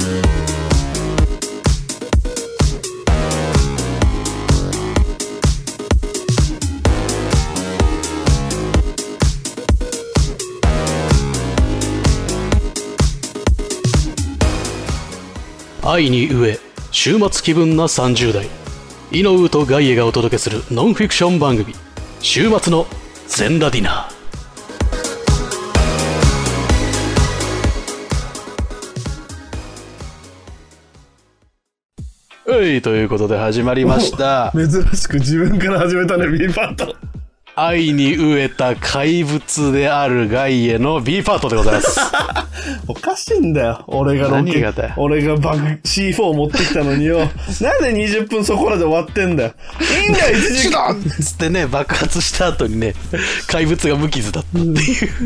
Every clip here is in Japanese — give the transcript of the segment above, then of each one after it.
愛に飢え週末気分な30代井上とガイエがお届けするノンフィクション番組週末の全裸ディナー。ということで始まりました珍しく自分から始めたね B パート。 愛に飢えた怪物であるガイエの B パートでございますおかしいんだよ。俺が何がだよ。 俺がバグ C4 持ってきたのによ。なんで20分そこらで終わってんだよ。いいんだよ1時間つってね、爆発した後にね、怪物が無傷だったっていう、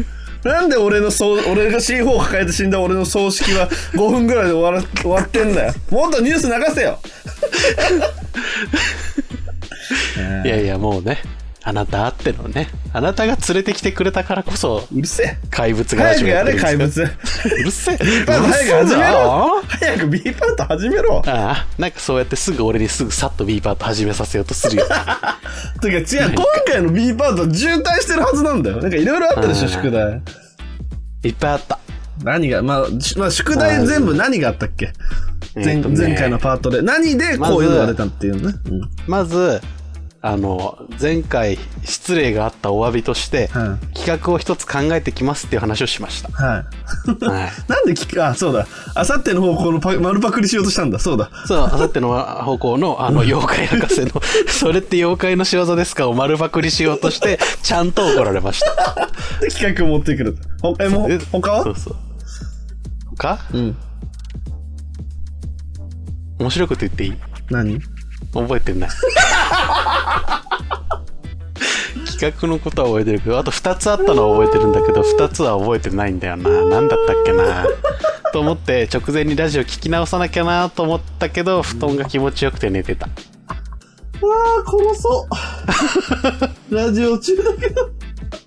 なんで俺が C4 を抱えて死んだ俺の葬式は5分ぐらいで終わってんだよ。もっとニュース流せよいやいやもうね、あなたあってのね、あなたが連れてきてくれたからこそうるせえ怪物が始めてるんですよ。 早くやれ怪物。 うるせえ B パート早く始めろ。早く B パート始めろ。 ああ、なんかそうやってすぐ俺にすぐさっと B パート始めさせようとするよ。 てか違う、今回の B パート渋滞してるはずなんだよ。なんかいろいろあったでしょ宿題。 いっぱいあった。 何がまあ宿題全部何があったっけ。前回のパートで何でこういうのが出たっていうね。 まず前回失礼があったお詫びとして、企画を一つ考えてきますっていう話をしました。はい。 なんでそうだ。あさっての方向の丸パクリしようとしたんだ。そうだ。 そう、あさっての方向の妖怪博士のそれって妖怪の仕業ですかを丸パクリしようとしてちゃんと怒られました。 企画を持ってくる。他は？ そうそう。他？面白いこと言っていい？ 何？ 覚えてない。企画のことは覚えてるけど、あと2つあったのは覚えてるんだけど、2つは覚えてないんだよな。なんだったっけなと思って直前にラジオ聞き直さなきゃなと思ったけど、布団が気持ちよくて寝てた。 殺そう。ラジオ中だけど。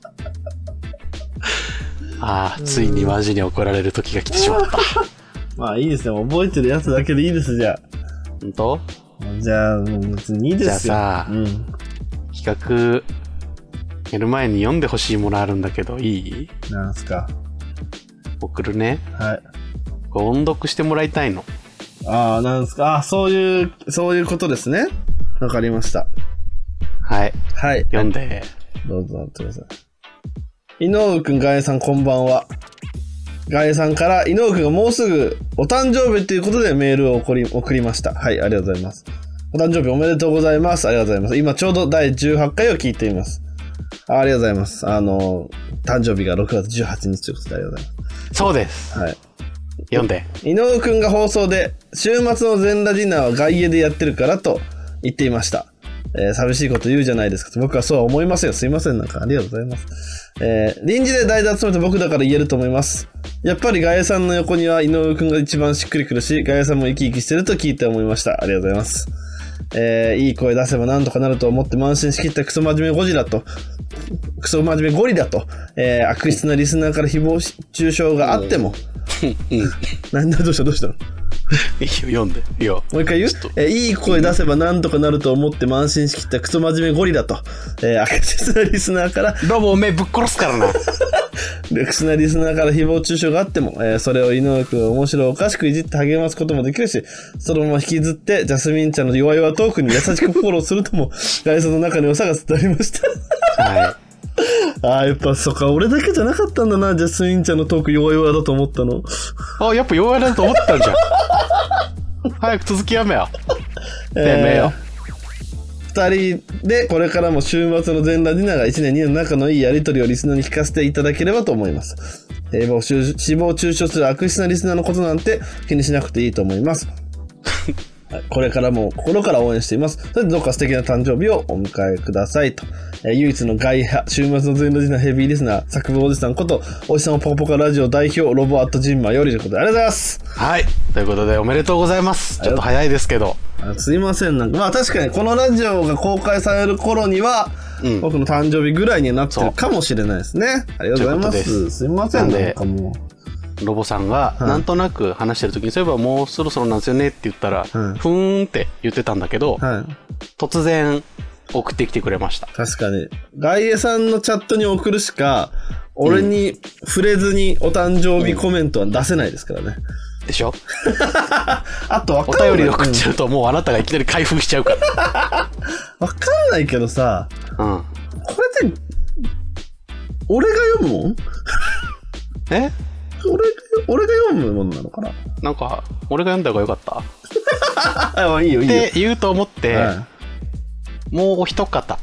ついにマジに怒られる時が来てしまった。 まあいいですよ。覚えてるやつだけでいいです。じゃあ。 本当？ じゃあもう別にいいですよ。 じゃあさ、企画やる前に読んでほしいものあるんだけどいい？ なんすか？ 送るね。 はい。 これ音読してもらいたいの。 なんすか？そういうことですね。わかりました。 はい。 はい。 読んで。 どうぞ待ってください。井上くん、ガエさんこんばんは。ガエさんから井上くんがもうすぐお誕生日ということでメールを送りました。はい、ありがとうございます。お誕生日おめでとうございます。ありがとうございます。今ちょうど第18回を聞いています。ありがとうございます。誕生日が6月18日ということでありがとうございます。 そうです。 はい。 読んで。 井上くんが放送で週末の全裸ディナーは外野でやってるからと言っていました。寂しいこと言うじゃないですかと。僕はそうは思いませんよ。すいません。なんかありがとうございます。臨時で代打務めた僕だから言えると思います。やっぱりガヤさんの横には井上くんが一番しっくりくるし、ガヤさんも生き生きしてると聞いて思いました。ありがとうございます。いい声出せばなんとかなると思って慢心しきったクソ真面目ゴリラと、悪質なリスナーから誹謗中傷があっても、なんだどうしたの読んで。いいよ。 もう一回言う？いい声出せばなんとかなると思って慢心しきったクソ真面目ゴリラと、悪質なリスナーからどうもおめえぶっ殺すからな。 悪質なリスナーから誹謗中傷があっても、それを井上くん面白おかしくいじって励ますこともできるし、そのまま引きずってジャスミン茶の弱々トークに優しくフォローするともガイさんの中の良さが伝わりましたはい。 やっぱそっか、俺だけじゃなかったんだな、ジャスミン茶のトーク弱々だと思ったの。 やっぱ弱々だと思ったんじゃん。早く続きやめよ。てめえよ。 2人でこれからも週末の全裸ディナーが1年2年の仲のいいやりとりをリスナーに聞かせていただければと思います。誹謗中傷する悪質なリスナーのことなんて気にしなくていいと思います。これからも心から応援しています。それでどうか素敵な誕生日をお迎えくださいと。唯一の外派、週末の全裸ディナーヘビーリスナー、作部おじさんこと、おじさんポカポカラジオ代表、ロボアットジンマよりということで、ありがとうございます。 はい。ということで、おめでとうございます。ちょっと早いですけど。 すいません。まあ確かにこのラジオが公開される頃には、僕の誕生日ぐらいになってるかもしれないですね。ありがとうございます。すいません。なんかもう。 ロボさんがなんとなく話してる時に、そういえばもうそろそろなんですよねって言ったら、ふーんって言ってたんだけど、突然送ってきてくれました。 確かに。ガイエさんのチャットに送るしか、俺に触れずにお誕生日コメントは出せないですからね。 でしょあとお便りで送っちゃうと、もうあなたがいきなり開封しちゃうから。 わかんないけどさ、 うん。 これって、俺が読むもんえ俺が読むもんなのかな。 なんか、俺が読んだ方がよかったあ、いいよいいよ。 って言うと思って、もうお一方。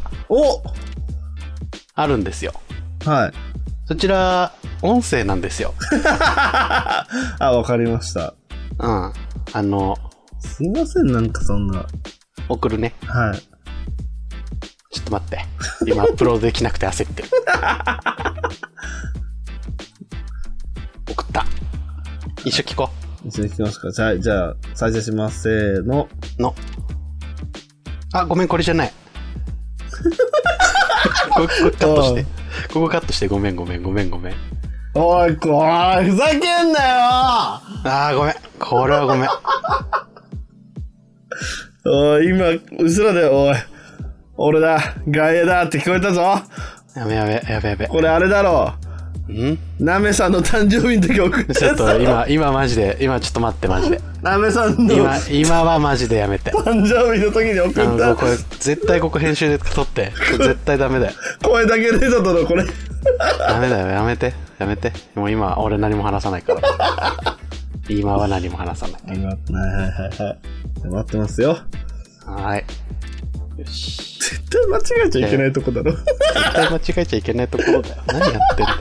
あるんですよ。 はい。 そちら、音声なんですよ。 あ、わかりました。 うん。 すいません、なんかそんな。 送るね。 はい。 ちょっと待って。今アップロードできなくて焦ってる。送った。一緒聞こう。一緒に聞きますか。じゃあ、再生します。せーの。 あ、ごめん、これじゃない。ここカットして。ここカットして、ごめん。 おい、ふざけんなよあー、ごめん。これはごめん。 おい、今、うすらで、おい。俺だ、外野だって聞こえたぞ。 やべ。 これあれだろう。 なめさんの誕生日の時送ったやつ。 ちょっと今マジで、今ちょっと待ってマジで。 なめさんの今はマジでやめて。 誕生日の時に送った。 これ絶対ここ編集で撮って。絶対ダメだよ。 声だけ出ただろこれ。 ダメだよ、やめて。もう今俺何も話さないから。今は何も話さない。 はい。待ってますよ。 はい。よし。 絶対間違えちゃいけないとこだろ。 絶対間違えちゃいけないところだよ。何やってんだよ。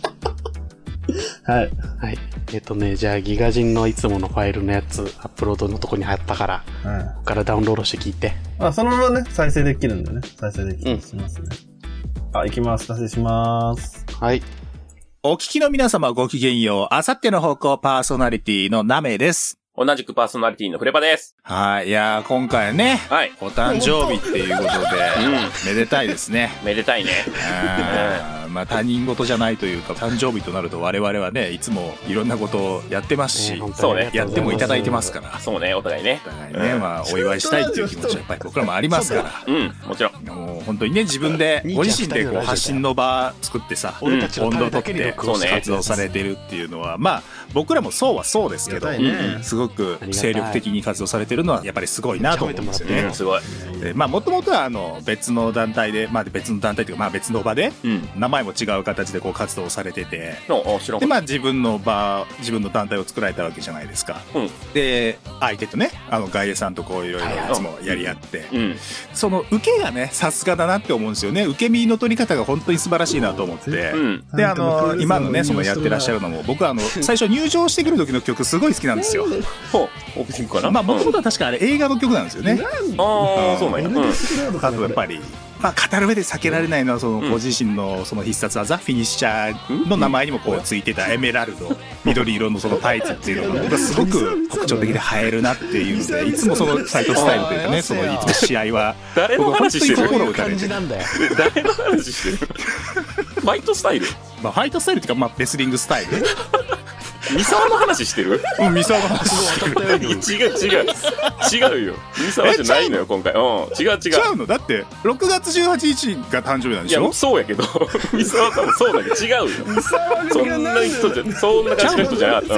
はい。 じゃあギガ人のいつものファイルのやつアップロードのとこに貼ったから、ここからダウンロードして聞いて。 そのままね、再生できるんだね。再生できますね。行きます。再生します。 はい。 お聞きの皆様ごきげんよう。あさっての方向パーソナリティのナメです。 同じくパーソナリティのフレパです。 はい。いやー、今回ね、 はい、 お誕生日っていうことで、めでたいですね。 めでたいね。 まあ他人事じゃないというか、誕生日となると我々はね、いつもいろんんなことをやってますし、 そうね、 やってもいただいてますから。 そうね、お互いね。 お互いね、まあお祝いしたいっていう気持ちはやっぱり僕らもありますから。 うん、もちろん。 もう本当にね、自分で、ご自身でこう発信の場作ってさ、温度をとって活動されてるっていうのは、まあ僕らもそうはそうですけど、すごく精力的に活動されてるのはやっぱりすごいなと思うんですよね。 すごい。 まあもともとは別の団体で、まあ別の団体というかまあ別の場で、名前も違う形でこう活動されてて、でまあ自分の団体を作られたわけじゃないですか。で相手とね外野さんとこういろいろいつもやり合って、その受けがねさすがだなって思うんですよね。受け身の取り方が本当に素晴らしいなと思って、で今のねそのやってらっしゃるのも僕は最初入場してくる時の曲すごい好きなんですよ。 オープニングかな。 まあもともとは確かあれ映画の曲なんですよね。 ああそうなんや。 あとやっぱりまあ語る上で避けられないのはそのご自身のその必殺技フィニッシャーの名前にもこうついてたエメラルド緑色のそのタイツっていうのが僕はすごく特徴的で映えるなっていうのでいつもそのサイトスタイルというかねそのいつも試合は誰の話してる心を打たれてる。 誰の話してる。ファイトスタイル。 まあファイトスタイルっていうかまあレスリングスタイル。 三沢の話してる？ 三沢の話してる。違うよ。三沢じゃないのよ今回。違うの。だって6月18日が誕生日なんでしょ？ いやそうやけど三沢さんもそうだけど違うよ。そんな感じの人じゃなかった。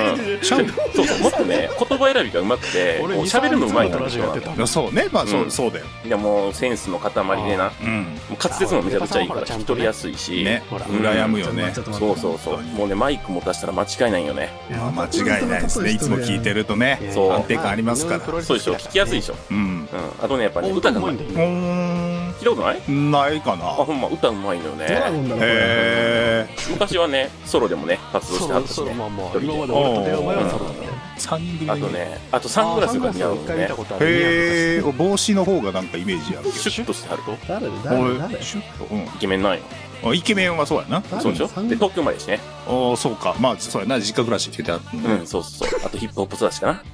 そうもっとね言葉選びがうまくて喋るのうまいなって。 そうね。まあそうだよ。 いやもうセンスの塊でな。滑舌もめちゃくちゃいいから聞き取りやすいし。 ね。羨むよね。 そう。もうねマイク持たしたら間違いないよね。 間違いないですね。いつも聞いてるとね安定感ありますから。 そうでしょ。聞きやすいでしょ。あとねやっぱね歌がうまい。聞いたことない？ ないかな。 ほんま歌うまいのよね。昔はねソロでもね活動してはったしね。あとサングラスが似合うのね。 へえ。帽子の方がなんかイメージある。 シュッとしてはると。 誰？ イケメンなんよ。 イケメンはそうやな。 そうでしょ。で東京までしね。 そうか。まあそうやな。実家暮らしって言ってた。 そう。あとヒップホップ育ちかな。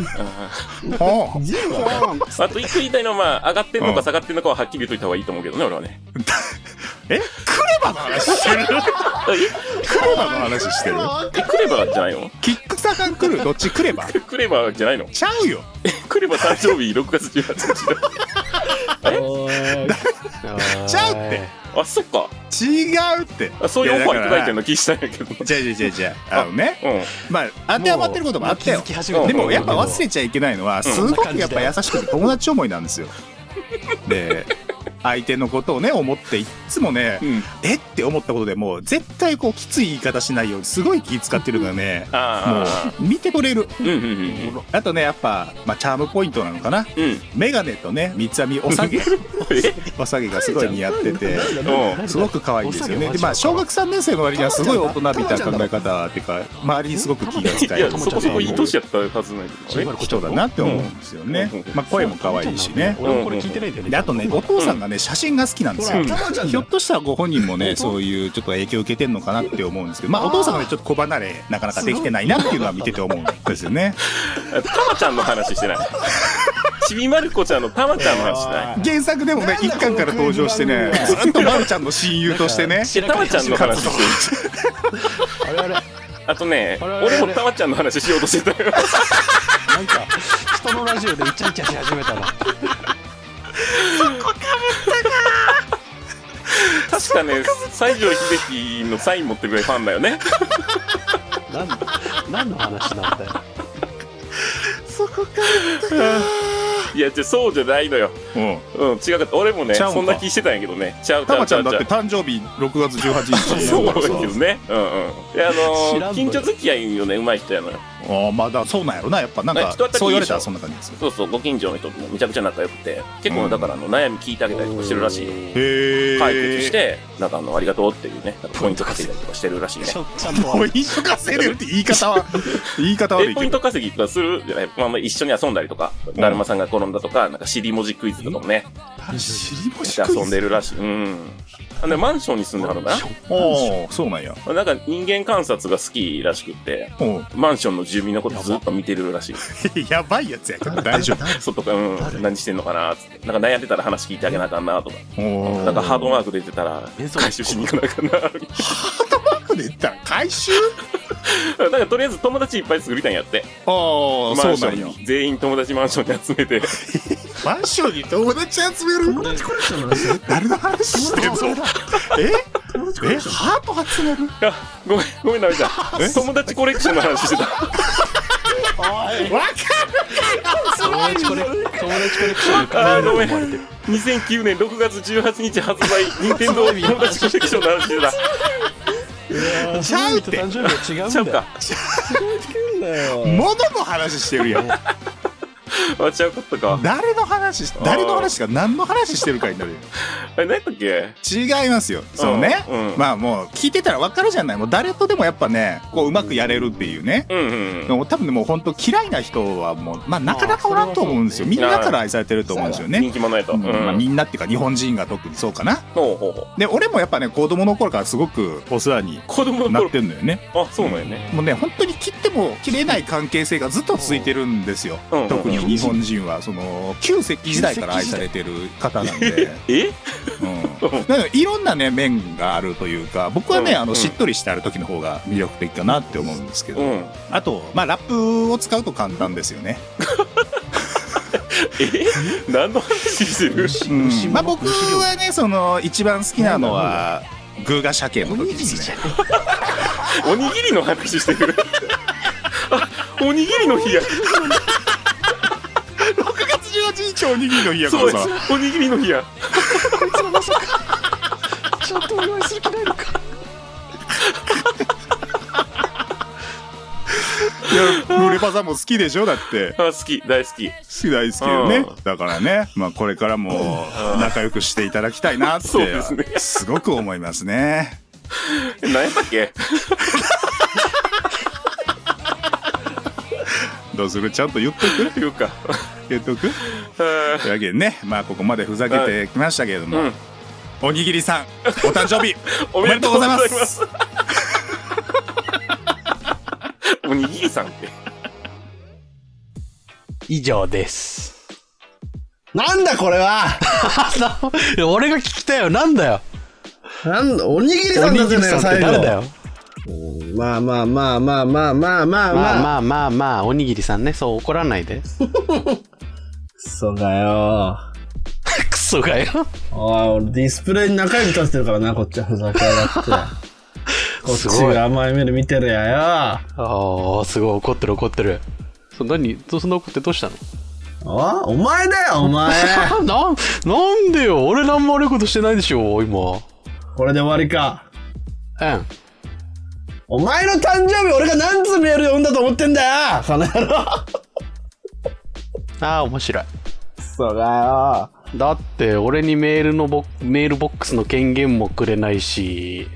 あと一個言いたいのはまあ上がってんのか下がってんのかははっきり言っといた方がいいと思うけどね俺はね。 クレバの話してる。 クレバの話してる？ クレバじゃないの？ キックサカンクルどっち？クレバ？ クレバじゃないの？ ちゃうよ。 クレバ誕生日6月18日だ。 ちゃうって。 あ、そっか。 違うって。 そういうオファーいただいてるの気したんやけど。 じゃあね、まあ当てはまってることもあったよ。でもやっぱ忘れちゃいけないのは、すごくやっぱ優しくて友達思いなんですよ。で相手のことをね思っていつもね、えって思ったことでも絶対こうきつい言い方しないようにすごい気使ってるのがね、もう見てくれる。あとねやっぱ、まあ、チャームポイントなのかな、メガネとね三つ編みお下げお下げがすごい似合っててすごく可愛いんですよね。でまあ小学3年生の割にはすごい大人びた考え方っていうか周りにすごく気が使える。 そこそこいい年やったはずないけど人だなって思うんですよね。まあ声も可愛いしね。であとねお父さんがね写真が好きなんですよ。ひょっとしたらご本人もねそういうちょっと影響を受けてんのかなって思うんですけど、まあお父さんがねちょっと子離れなかなかできてないなっていうのは見てて思うんですよね。 たまちゃんの話してない。ちびまる子ちゃんのたまちゃんの話してない。 原作でもね一巻から登場してねずっとまるちゃんの親友としてねたまちゃんの話してる。あとね俺もたまちゃんの話しようとしてたよ。 なんか人のラジオでイチャイチャし始めたな。 そこかぶったか。 確かね西城秀樹のサイン持ってるぐらいファンだよね。 何の話なんだよ。 そこかぶったか。 いやそうじゃないのよ。違うかった。俺もねそんな気してたんやけどね。 たまちゃんだって誕生日6月18日。 そうだけどね。近所付き合いよね上手い人やのよ。 まあだそうなんやろなやっぱなんかそう言われたらそんな感じですよ。 そうご近所の人もめちゃくちゃ仲良くて結構だから悩み聞いてあげたりとかしてるらしい。解決してなんかありがとうっていうねポイント稼いだりとかしてるらしいね。 ポイント稼いでるって言い方は悪い。 ポイント稼ぎとかするじゃない。まあ一緒に遊んだりとかだるまさんが転んだとかなんか尻文字クイズとかもね遊んでるらしい。でマンションに住んではるのかな。 そうなんや。 なんか人間観察が好きらしくってマンションの住民のことずっと見てるらしい。 やばいやつやけど大丈夫。 外か何してんのかなっつってなんか悩んでたら話聞いてあげなあかんなとかなんかハードマーク出てたら回収しに行かなあかんな。ハードマーク出てたら回収なんかとりあえず友達いっぱい作りたいんやって。 そうなんや。 全員友達マンションに集めてマンションに友達集める。友達コレクションの話。誰の話してるの？ハート集める？ ごめんなめちゃん。友達コレクションの話してた。 わかるか。 友達コレクション。 ごめん。2009年6月18日発売任天堂友達コレクションの話してた。 ちゃうって。 誕生日は違うんだよ。 物の話してるやん。 ちゃうかったか。 誰の話か何の話してるかになるよ。 何やったっけ？ 違いますよ。そうね。まあもう聞いてたら分かるじゃない。もう誰とでもやっぱねこううまくやれるっていうね。多分ねもう本当嫌いな人はもうまあなかなかおらんと思うんですよ。みんなから愛されてると思うんですよね。 人気者やと。 みんなっていうか日本人が特にそうかな。で俺もやっぱね子供の頃からすごくお世話になってんのよね。 そうなんよね。 もうね本当に切っても切れない関係性がずっと続いてるんですよ。特に日本人はその旧石器時代から愛されてる方なんでいろんなね面があるというか僕はねしっとりしてある時の方が魅力的かなって思うんですけどあとまあラップを使うと簡単ですよね。 何の話してる？ まあ僕はねその一番好きなのはグーガ鮭の時ですね。 おにぎりの話してる。おにぎりの日や。 6月18日おにぎりの日やからさ。 おにぎりの日や。 こいつらまさかちゃんとお祝いする気ないのか。 いやルレパさんも好きでしょだって。 好き大好き大好きよね。だからねまあこれからも仲良くしていただきたいなってすごく思いますね。 何やったっけ？ どうする？ちゃんと言っとく？ 言うか。 言っとく？というわけでねまあここまでふざけてきましたけれども、おにぎりさんお誕生日おめでとうございます。 おにぎりさんって以上です。 なんだこれは。 俺が聞きたいよ。なんだよ。 なんだ、おにぎりさんだぜね、最後。 誰だよ。 まあ、 おにぎりさんね、そう怒らないで。 クソがよ。 クソがよ。 おい、俺ディスプレイに中指立ててるからな、こっちはふざけやがって。こっちが甘い目で見てるやよ。 ああ、すごい怒ってる。そんな怒ってどうしたの？ お前だよ、お前。 なんでよ、俺なんも悪いことしてないでしょ、今。 これで終わりか。 うん。 お前の誕生日俺が何つメール読んだと思ってんだよ、この野郎。 ああ、面白い。 そうだよ。だって俺にメールボックスの権限もくれないし。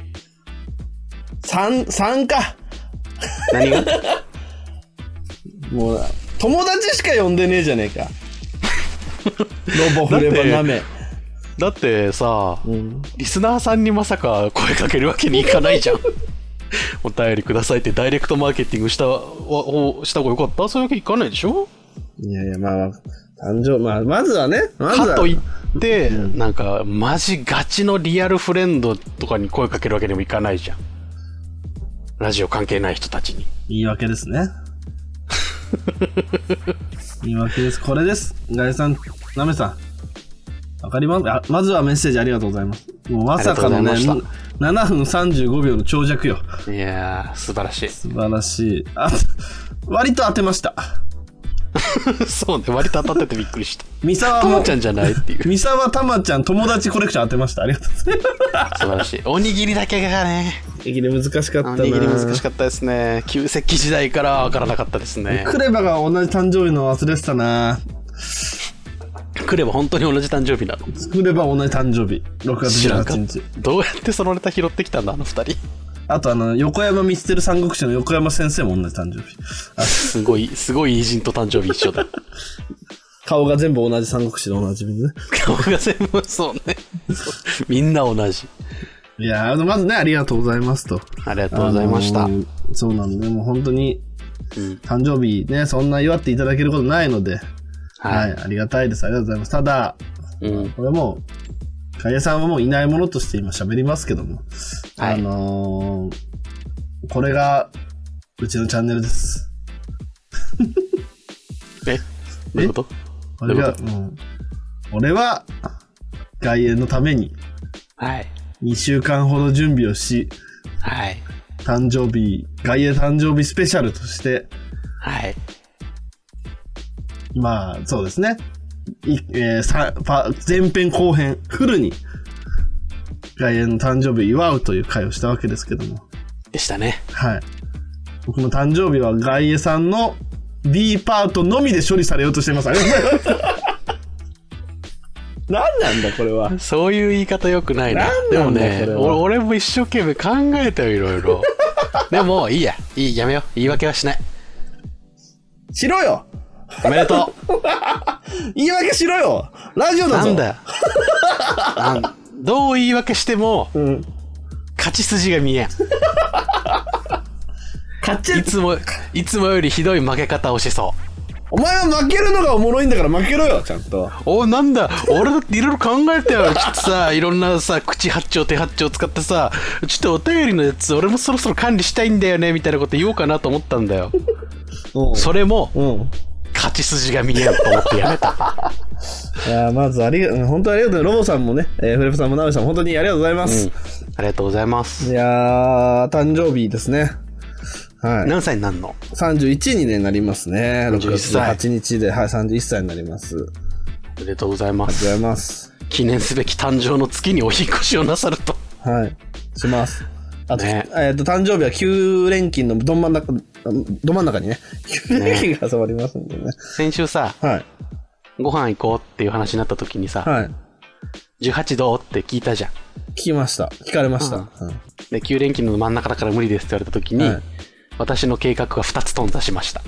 3か。 何が？ もう友達しか呼んでねえじゃねえか。ロボフレバナメ。 だってさ、リスナーさんにまさか声かけるわけにいかないじゃん。お便りくださいってダイレクトマーケティングした方がよかった？そういうわけいかないでしょ？ いや、まあ、誕生、まずはね、 かといって、なんか、マジガチのリアルフレンドとかに声かけるわけにもいかないじゃん。ラジオ関係ない人たちに。 言い訳ですね。言い訳です。これです。ガイさん、ナメさん。わかります？まずはメッセージありがとうございます。もうまさかのね、7分35秒の長尺よ。 いやー、素晴らしい。 素晴らしい。割と当てました。 そうね、割と当たっててびっくりした。 三沢たまちゃんじゃないっていう。 三沢たまちゃん友達コレクション当てました。ありがとうございます。 素晴らしい。おにぎりだけがね。 おにぎり難しかったな。 おにぎり難しかったですね。旧石器時代から分からなかったですね。 クレバが同じ誕生日の忘れてたな。 クレバ本当に同じ誕生日なの？ クレバ同じ誕生日。6月18日。 どうやってそのネタ拾ってきたんだ、あの二人。 あと横山見捨てる三国志の横山先生も同じ誕生日。 すごい偉人と誕生日一緒だ。 顔が全部同じ三国志の同じね。 顔が全部そうね。みんな同じ。 いやまずね、ありがとうございますと。 ありがとうございました。 そうなんで、もう本当に、誕生日ね、そんな祝っていただけることないので、はい、ありがたいです。ありがとうございます。ただ、これもう、ガイエさんはもういないものとして今喋りますけども、はい、これがうちのチャンネルです。 どういうこと？ 俺はガイエのために2週間ほど準備をし、 はい、 誕生日ガイエ誕生日スペシャルとして、 はい、 まあそうですね、前編後編フルにガイエの誕生日を祝うという会をしたわけですけども。 でしたね。 はい。僕の誕生日はガイエさんの B パートのみで処理されようとしています。ありがとうございます。何なんだこれは。 そういう言い方良くないな。でもね、俺も一生懸命考えたよ、いろいろ。でもいいやめよう。言い訳はしない。 しろよ。 おめでとう。 言い訳しろよ。ラジオだぞ。 なんだよ。どう言い訳しても、勝ち筋が見えん。いつもよりひどい負け方をしそう。 お前は負けるのがおもろいんだから負けろよ、ちゃんと。 なんだ、俺だっていろいろ考えたよ。ちょっとさ、いろんなさ、口八丁手八丁使ってさ、ちょっとお便りのやつ俺もそろそろ管理したいんだよねみたいなこと言おうかなと思ったんだよ。それも、勝ち筋が見えんと思ってやめた。 いやまず本当にありがとう。ロボさんもね、フレプさんもナウさんも本当にありがとうございます。 ありがとうございます。 いや誕生日ですね。はい。 何歳になるの ？31に、なりますね。6月8日で、はい、31歳になります。 おめでとうございます。 ありがとうございます。 記念すべき誕生の月にお引越しをなさると。 はい。します。あと、誕生日は9連勤のど真ん中にね、9連勤が挟まりますんでね。 先週さ、ご飯行こうっていう話になった時にさ、18どうって聞いたじゃん。 聞きました。聞かれました。 で、9連勤の真ん中だから無理ですって言われた時に、私の計画が2つ頓挫しました。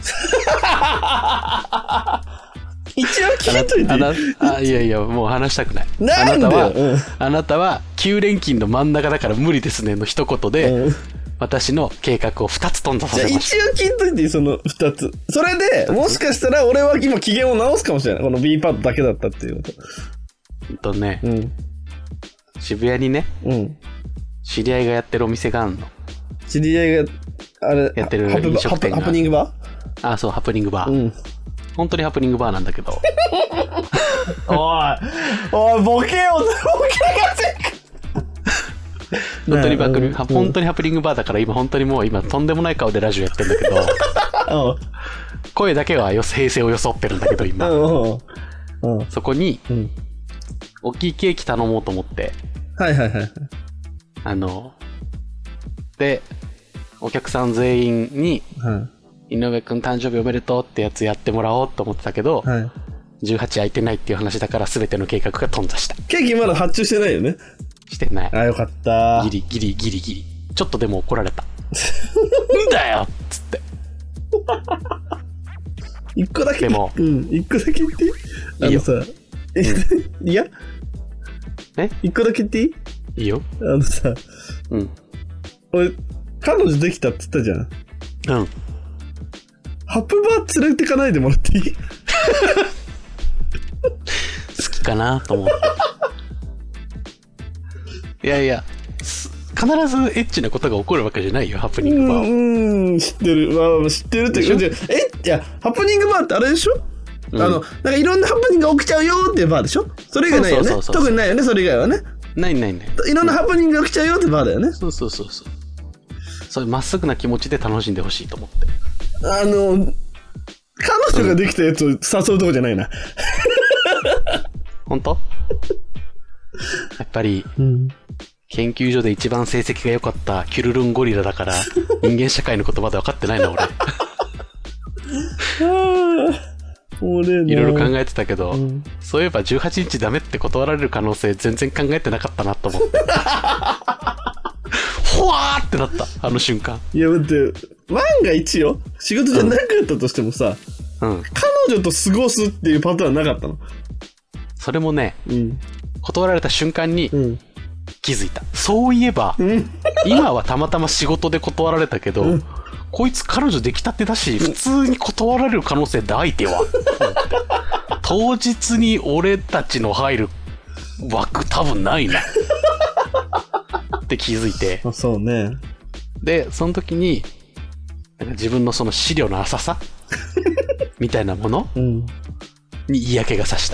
一応聞いといて。 いや、もう話したくない。 なんであなたは9連勤の真ん中だから無理ですねの一言で、私の計画を2つ頓挫させました。 一応聞いといて、その2つ。それで、もしかしたら俺は今機嫌を直すかもしれない。この B パートだけだったっていうこと。 渋谷にね、 知り合いがやってるお店があんの。 知り合いが、あれ、 やってる飲食店が。 ハプニングバー？あ、そう、ハプニングバー。うん。本当にハプニングバーなんだけど。 おい、ボケが本当にハプニングバーだから今とんでもない顔でラジオやってんだけど声だけは平成を装ってるんだけど今そこに大きいケーキ頼もうと思ってでお客さん全員に井上くん誕生日おめでとうってやつやってもらおうと思ってたけど18空いてないっていう話だから全ての計画が頓挫した。 ケーキまだ発注してないよね。 してない。 あ、よかった。 ギリ。ちょっとでも怒られた。んだよっつって。 一個だけ。 でも、 一個だけ言っていい？いいよ。さ、いや？一個だけ言っていい？ いいよ。 さ、俺、彼女できたって言ったじゃん。ハプバー連れてかないでもらっていい？ 好きかなと思って。いや、必ずエッチなことが起こるわけじゃないよ、ハプニングバーは。 知ってる。まあ、知ってるっていうか、いや、ハプニングバーってあれでしょ？なんかいろんなハプニングが起きちゃうよっていうバーでしょ？それ以外ないよね。特にないよね、それ以外はね。 ない。いろんなハプニングが起きちゃうよってバーだよね。 そう。そういうまっすぐな気持ちで楽しんでほしいと思って。 彼女ができたやつを誘うとこじゃないな。 本当？やっぱり、研究所で一番成績が良かったキュルルンゴリラだから人間社会のことまで分かってないな俺。いろいろ考えてたけど、そういえば18日ダメって断られる可能性全然考えてなかったなと思って。ほわーってなったあの瞬間。 いや待って、万が一よ、仕事じゃなかったとしてもさ、彼女と過ごすっていうパターンなかったの？ それもね、断られた瞬間に気づいた。そういえば、今はたまたま仕事で断られたけど、こいつ彼女できたてだし、普通に断られる可能性大っては。当日に俺たちの入る枠多分ないな。って気づいて。 そうね。 で、その時に、なんか自分のその資料の浅さみたいなもの、に嫌気がさした。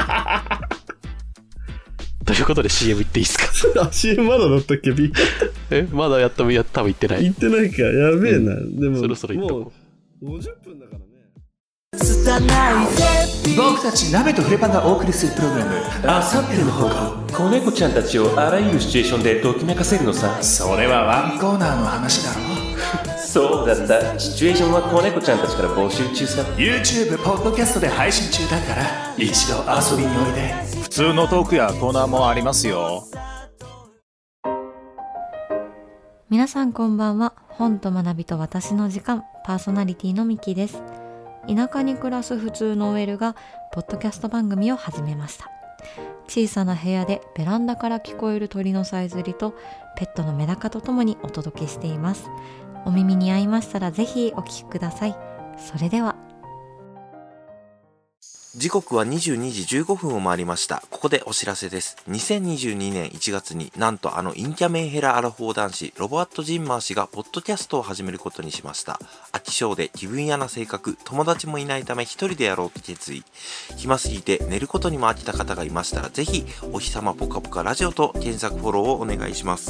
ということで CM 行っていいですか？ CM まだだったっけ？ まだ多分行ってない。 行ってないか。やべえな。でもそろそろ行っとこう。もう50分だからね。 僕たち鍋とフレパンがお送りするプログラム、あさっての方向。子猫ちゃんたちをあらゆるシチュエーションでときめかせるのさ。それはワンコーナーの話だろ。そうだった。シチュエーションは子猫ちゃんたちから募集中さ。 YouTube、ポッドキャストで配信中だから一度遊びにおいで。 普通のトークやコーナーもありますよ。 皆さんこんばんは。本と学びと私の時間、パーソナリティのミキです。田舎に暮らす普通の OL がポッドキャスト番組を始めました。小さな部屋でベランダから聞こえる鳥のさえずりとペットのメダカとともにお届けしています。お耳に合いましたらぜひお聞きください。それでは。 時刻は22時15分を回りました。ここでお知らせです。2022年1月になんと陰キャメンヘラアラフォー男子ロボアット・ジンマー氏がポッドキャストを始めることにしました。飽き性で気分屋な性格、友達もいないため一人でやろうと決意。暇すぎて寝ることにも飽きた方がいましたらぜひお日様ぽかぽかラジオと検索フォローをお願いします。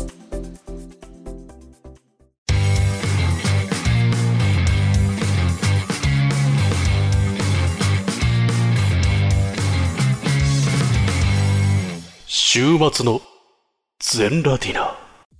週末の全ラディナ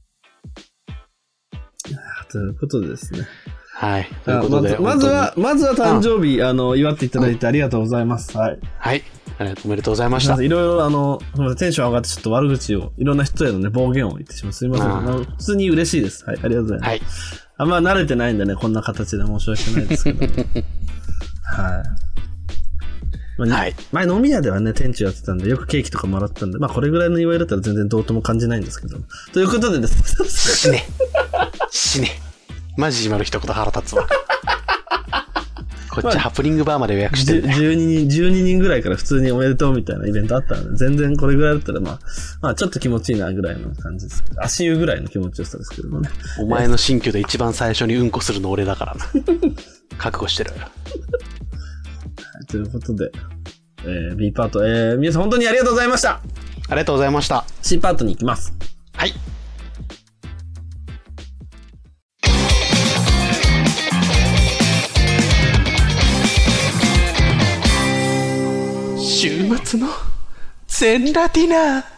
ということでですね。 はい。ということでまずは誕生日、祝っていただいてありがとうございます。はい。 はい。おめでとうございました。 いろいろテンション上がってちょっと悪口を、いろんな人へのね、暴言を言ってしまう。すいません。普通に嬉しいです。はい。ありがとうございます。はい。あんま慣れてないんでね、こんな形で申し訳ないですけど。はい。はい、前飲み屋ではね店長やってたんでよくケーキとかもらったんでこれぐらいの祝いだったら全然どうとも感じないんですけどということでです死ねマジ今の一言腹立つわこっちハプニングバーまで予約してる、ね。 12人ぐらいから普通におめでとうみたいなイベントあったので、全然これぐらいだったらまあちょっと気持ちいいなぐらいの感じですけど、足湯ぐらいの気持ちよさですけどもね。 お前の新居で一番最初にうんこするの俺だからな。覚悟してる。 ということで、B パート、皆さん本当にありがとうございました。 ありがとうございました。 C パートに行きます。 はい。週末の全ラティナー。